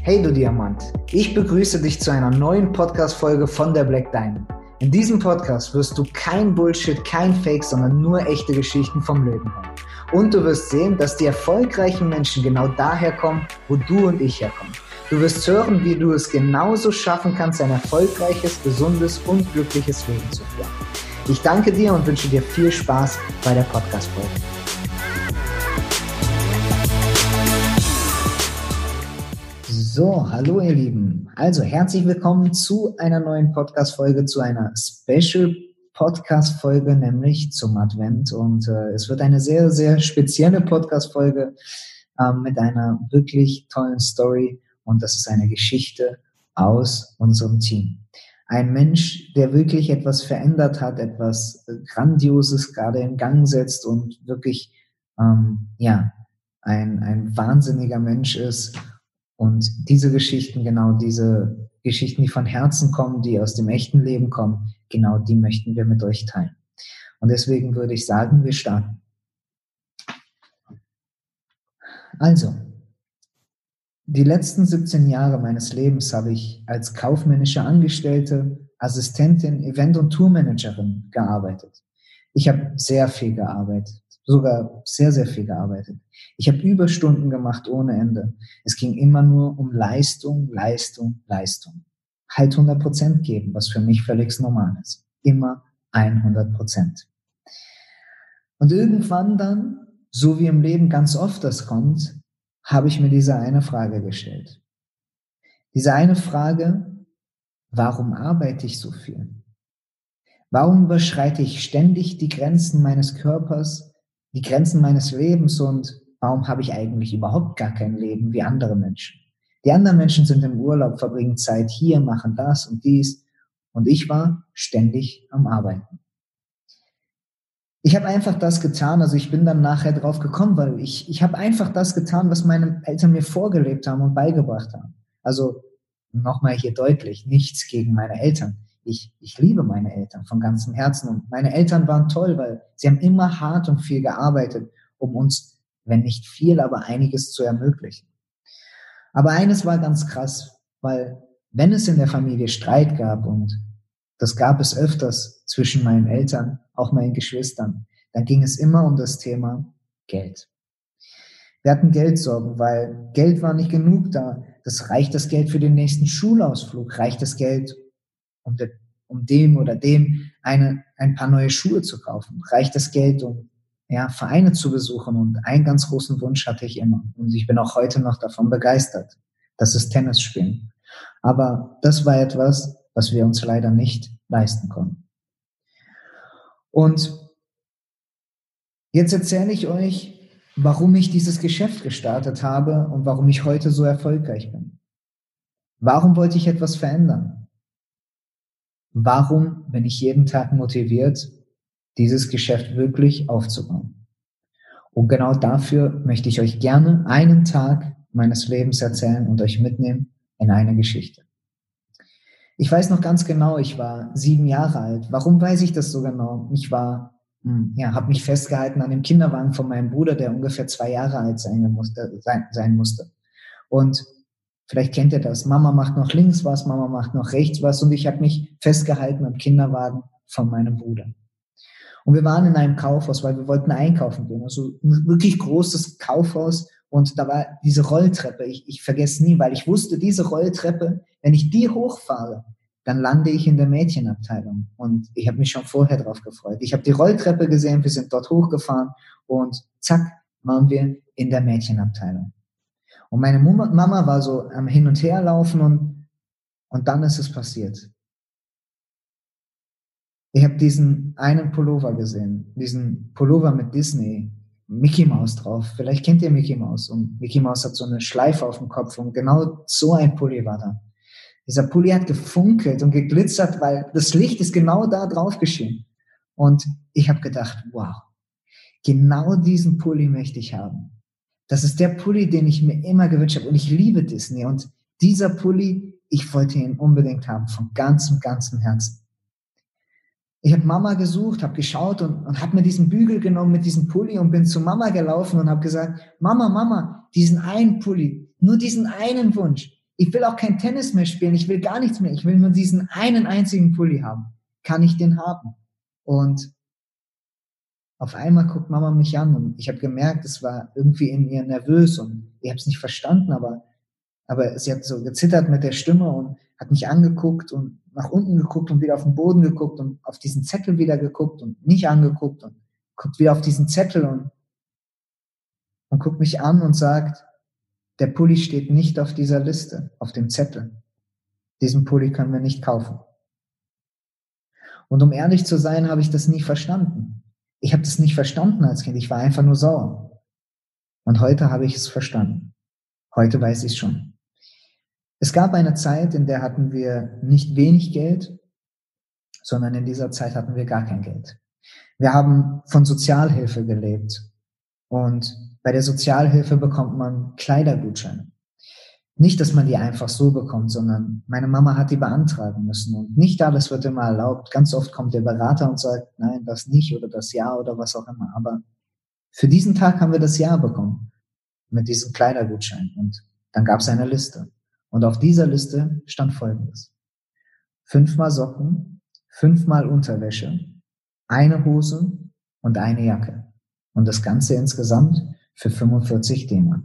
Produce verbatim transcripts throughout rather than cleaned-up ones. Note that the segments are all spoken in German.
Hey du Diamant, ich begrüße dich zu einer neuen Podcast-Folge von der Black Diamond. In diesem Podcast wirst du kein Bullshit, kein Fake, sondern nur echte Geschichten vom Leben hören. Und du wirst sehen, dass die erfolgreichen Menschen genau daher kommen, wo du und ich herkommen. Du wirst hören, wie du es genauso schaffen kannst, ein erfolgreiches, gesundes und glückliches Leben zu führen. Ich danke dir und wünsche dir viel Spaß bei der Podcast-Folge. So, hallo ihr Lieben. Also herzlich willkommen zu einer neuen Podcast-Folge, zu einer Special-Podcast-Folge, nämlich zum Advent. Und äh, es wird eine sehr, sehr spezielle Podcast-Folge äh, mit einer wirklich tollen Story. Und das ist eine Geschichte aus unserem Team. Ein Mensch, der wirklich etwas verändert hat, etwas Grandioses gerade in Gang setzt und wirklich ähm, ja ein, ein wahnsinniger Mensch ist. Und diese Geschichten, genau diese Geschichten, die von Herzen kommen, die aus dem echten Leben kommen, genau die möchten wir mit euch teilen. Und deswegen würde ich sagen, wir starten. Also, die letzten siebzehn Jahre meines Lebens habe ich als kaufmännische Angestellte, Assistentin, Event- und Tourmanagerin gearbeitet. Ich habe sehr viel gearbeitet, sogar sehr, sehr viel gearbeitet. Ich habe Überstunden gemacht ohne Ende. Es ging immer nur um Leistung, Leistung, Leistung. Halt hundert Prozent geben, was für mich völlig normal ist. Immer hundert Prozent. Und irgendwann dann, so wie im Leben ganz oft das kommt, habe ich mir diese eine Frage gestellt. Diese eine Frage, warum arbeite ich so viel? Warum überschreite ich ständig die Grenzen meines Körpers, die Grenzen meines Lebens und warum habe ich eigentlich überhaupt gar kein Leben wie andere Menschen? Die anderen Menschen sind im Urlaub, verbringen Zeit hier, machen das und dies und ich war ständig am Arbeiten. Ich habe einfach das getan, also ich bin dann nachher drauf gekommen, weil ich, ich habe einfach das getan, was meine Eltern mir vorgelebt haben und beigebracht haben. Also nochmal hier deutlich, nichts gegen meine Eltern. Ich, ich liebe meine Eltern von ganzem Herzen und meine Eltern waren toll, weil sie haben immer hart und viel gearbeitet, um uns, wenn nicht viel, aber einiges zu ermöglichen. Aber eines war ganz krass, weil wenn es in der Familie Streit gab und das gab es öfters zwischen meinen Eltern, auch meinen Geschwistern, dann ging es immer um das Thema Geld. Wir hatten Geldsorgen, weil Geld war nicht genug da. Das reicht das Geld für den nächsten Schulausflug, reicht das Geld um, de, um dem oder dem eine, ein paar neue Schuhe zu kaufen, reicht das Geld, um ja, Vereine zu besuchen. Und einen ganz großen Wunsch hatte ich immer. Und ich bin auch heute noch davon begeistert. Das ist Tennis spielen. Aber das war etwas, was wir uns leider nicht leisten konnten. Und jetzt erzähle ich euch, warum ich dieses Geschäft gestartet habe und warum ich heute so erfolgreich bin. Warum wollte ich etwas verändern? Warum bin ich jeden Tag motiviert, dieses Geschäft wirklich aufzubauen? Und genau dafür möchte ich euch gerne einen Tag meines Lebens erzählen und euch mitnehmen in eine Geschichte. Ich weiß noch ganz genau, ich war sieben Jahre alt. Warum weiß ich das so genau? Ich war, ja, habe mich festgehalten an dem Kinderwagen von meinem Bruder, der ungefähr zwei Jahre alt sein musste. Sein, sein musste. Und vielleicht kennt ihr das. Mama macht noch links was, Mama macht noch rechts was. Und ich habe mich festgehalten am Kinderwagen von meinem Bruder. Und wir waren in einem Kaufhaus, weil wir wollten einkaufen gehen. Also ein wirklich großes Kaufhaus. Und da war diese Rolltreppe. Ich, ich vergesse nie, weil ich wusste, diese Rolltreppe, wenn ich die hochfahre, dann lande ich in der Mädchenabteilung. Und ich habe mich schon vorher drauf gefreut. Ich habe die Rolltreppe gesehen, wir sind dort hochgefahren und zack, waren wir in der Mädchenabteilung. Und meine Mama war so am Hin- und Herlaufen und, und dann ist es passiert. Ich habe diesen einen Pullover gesehen, diesen Pullover mit Disney, Mickey Mouse drauf. Vielleicht kennt ihr Mickey Mouse. Und Mickey Mouse hat so eine Schleife auf dem Kopf und genau so ein Pulli war da. Dieser Pulli hat gefunkelt und geglitzert, weil das Licht ist genau da drauf geschienen. Und ich habe gedacht, wow, genau diesen Pulli möchte ich haben. Das ist der Pulli, den ich mir immer gewünscht habe. Und ich liebe Disney. Und dieser Pulli, ich wollte ihn unbedingt haben, von ganzem, ganzem Herzen. Ich habe Mama gesucht, habe geschaut und, und habe mir diesen Bügel genommen mit diesem Pulli und bin zu Mama gelaufen und habe gesagt, Mama, Mama, diesen einen Pulli, nur diesen einen Wunsch, Ich will auch kein Tennis mehr spielen, ich will gar nichts mehr, ich will nur diesen einen einzigen Pulli haben. Kann ich den haben? Und auf einmal guckt Mama mich an und ich habe gemerkt, es war irgendwie in ihr nervös und ich habe es nicht verstanden, aber, aber sie hat so gezittert mit der Stimme und hat mich angeguckt und nach unten geguckt und wieder auf den Boden geguckt und auf diesen Zettel wieder geguckt und mich angeguckt und guckt wieder auf diesen Zettel und, und guckt mich an und sagt, der Pulli steht nicht auf dieser Liste, auf dem Zettel. Diesen Pulli können wir nicht kaufen. Und um ehrlich zu sein, habe ich das nie verstanden. Ich habe das nicht verstanden als Kind, ich war einfach nur sauer. Und heute habe ich es verstanden. Heute weiß ich es schon. Es gab eine Zeit, in der hatten wir nicht wenig Geld, sondern in dieser Zeit hatten wir gar kein Geld. Wir haben von Sozialhilfe gelebt. Und bei der Sozialhilfe bekommt man Kleidergutscheine. Nicht, dass man die einfach so bekommt, sondern meine Mama hat die beantragen müssen. Und nicht alles wird immer erlaubt. Ganz oft kommt der Berater und sagt, nein, das nicht oder das ja oder was auch immer. Aber für diesen Tag haben wir das Ja bekommen mit diesem Kleidergutschein. Und dann gab es eine Liste. Und auf dieser Liste stand Folgendes. Fünfmal Socken, fünfmal Unterwäsche, eine Hose und eine Jacke. Und das Ganze insgesamt für fünfundvierzig D-Mark.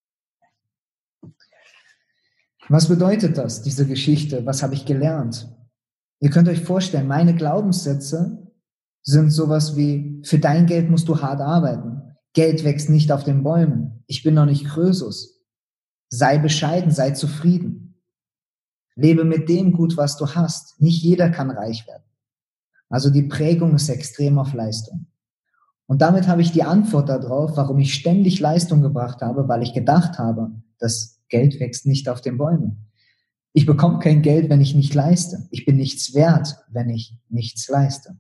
Was bedeutet das, diese Geschichte? Was habe ich gelernt? Ihr könnt euch vorstellen, meine Glaubenssätze sind sowas wie, für dein Geld musst du hart arbeiten. Geld wächst nicht auf den Bäumen. Ich bin noch nicht Krösus. Sei bescheiden, sei zufrieden. Lebe mit dem gut, was du hast. Nicht jeder kann reich werden. Also die Prägung ist extrem auf Leistung. Und damit habe ich die Antwort darauf, warum ich ständig Leistung gebracht habe, weil ich gedacht habe, dass Geld wächst nicht auf den Bäumen. Ich bekomme kein Geld, wenn ich nicht leiste. Ich bin nichts wert, wenn ich nichts leiste.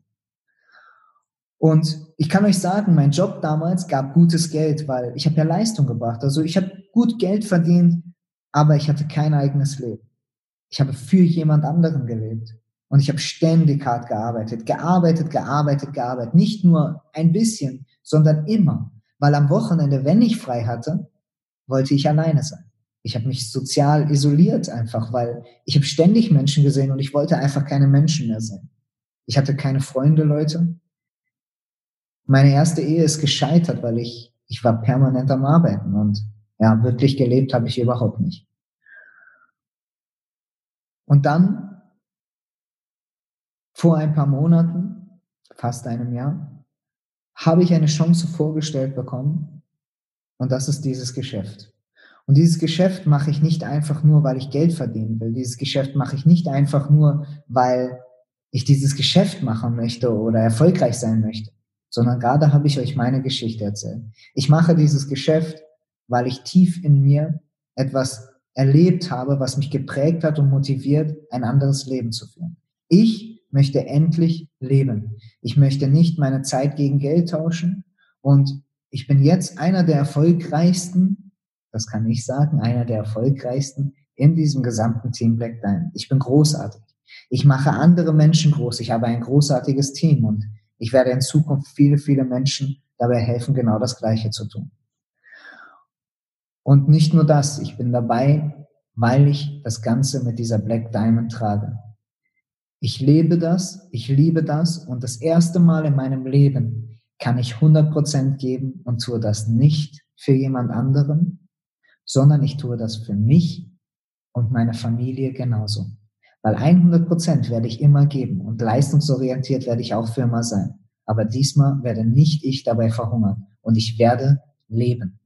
Und ich kann euch sagen, mein Job damals gab gutes Geld, weil ich habe ja Leistung gebracht. Also ich habe gut Geld verdient, aber ich hatte kein eigenes Leben. Ich habe für jemand anderen gelebt. Und ich habe ständig hart gearbeitet, gearbeitet, gearbeitet, gearbeitet. Nicht nur ein bisschen, sondern immer. Weil am Wochenende, wenn ich frei hatte, wollte ich alleine sein. Ich habe mich sozial isoliert einfach, weil ich habe ständig Menschen gesehen und ich wollte einfach keine Menschen mehr sehen. Ich hatte keine Freunde, Leute. Meine erste Ehe ist gescheitert, weil ich, ich war permanent am Arbeiten und ja, wirklich gelebt habe ich überhaupt nicht. Und dann, vor ein paar Monaten, fast einem Jahr, habe ich eine Chance vorgestellt bekommen und das ist dieses Geschäft. Und dieses Geschäft mache ich nicht einfach nur, weil ich Geld verdienen will. Dieses Geschäft mache ich nicht einfach nur, weil ich dieses Geschäft machen möchte oder erfolgreich sein möchte, sondern gerade habe ich euch meine Geschichte erzählt. Ich mache dieses Geschäft, weil ich tief in mir etwas erlebt habe, was mich geprägt hat und motiviert, ein anderes Leben zu führen. Ich möchte endlich leben. Ich möchte nicht meine Zeit gegen Geld tauschen und ich bin jetzt einer der erfolgreichsten, das kann ich sagen, einer der erfolgreichsten in diesem gesamten Team Black Diamond. Ich bin großartig. Ich mache andere Menschen groß. Ich habe ein großartiges Team und ich werde in Zukunft viele, viele Menschen dabei helfen, genau das Gleiche zu tun. Und nicht nur das, ich bin dabei, weil ich das Ganze mit dieser Black Diamond trage. Ich lebe das, ich liebe das und das erste Mal in meinem Leben kann ich hundert Prozent geben und tue das nicht für jemand anderen, sondern ich tue das für mich und meine Familie genauso. Weil hundert Prozent werde ich immer geben und leistungsorientiert werde ich auch für immer sein. Aber diesmal werde nicht ich dabei verhungern und ich werde leben.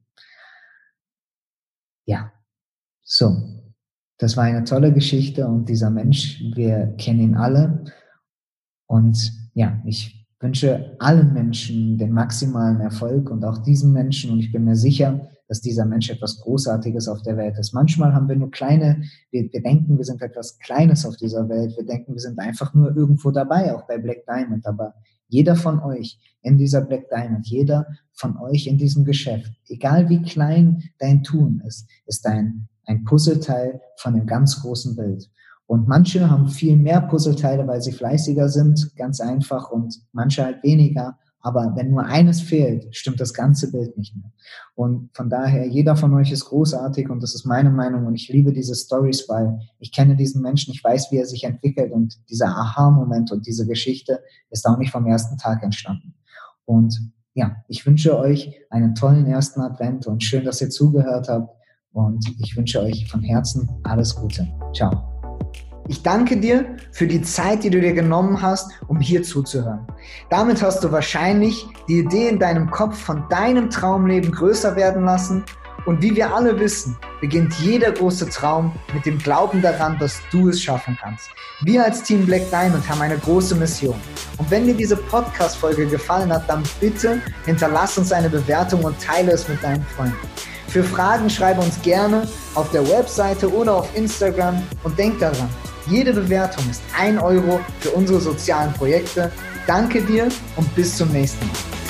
Ja, so. Das war eine tolle Geschichte und dieser Mensch, wir kennen ihn alle. Und ja, ich wünsche allen Menschen den maximalen Erfolg und auch diesen Menschen. Und ich bin mir sicher, dass dieser Mensch etwas Großartiges auf der Welt ist. Manchmal haben wir nur kleine, wir, wir denken, wir sind etwas Kleines auf dieser Welt. Wir denken, wir sind einfach nur irgendwo dabei, auch bei Black Diamond. Aber jeder von euch in dieser Black Diamond, jeder von euch in diesem Geschäft, egal wie klein dein Tun ist, ist ein, ein Puzzleteil von einem ganz großen Bild. Und manche haben viel mehr Puzzleteile, weil sie fleißiger sind, ganz einfach, und manche halt weniger. Aber wenn nur eines fehlt, stimmt das ganze Bild nicht mehr. Und von daher, jeder von euch ist großartig und das ist meine Meinung und ich liebe diese Stories, weil ich kenne diesen Menschen, ich weiß, wie er sich entwickelt und dieser Aha-Moment und diese Geschichte ist auch nicht vom ersten Tag entstanden. Und ja, ich wünsche euch einen tollen ersten Advent und schön, dass ihr zugehört habt und ich wünsche euch von Herzen alles Gute. Ciao. Ich danke dir für die Zeit, die du dir genommen hast, um hier zuzuhören. Damit hast du wahrscheinlich die Idee in deinem Kopf von deinem Traumleben größer werden lassen. Und wie wir alle wissen, beginnt jeder große Traum mit dem Glauben daran, dass du es schaffen kannst. Wir als Team Black Diamond haben eine große Mission. Und wenn dir diese Podcast-Folge gefallen hat, dann bitte hinterlass uns eine Bewertung und teile es mit deinen Freunden. Für Fragen schreibe uns gerne auf der Webseite oder auf Instagram und denk daran, jede Bewertung ist ein Euro für unsere sozialen Projekte. Danke dir und bis zum nächsten Mal.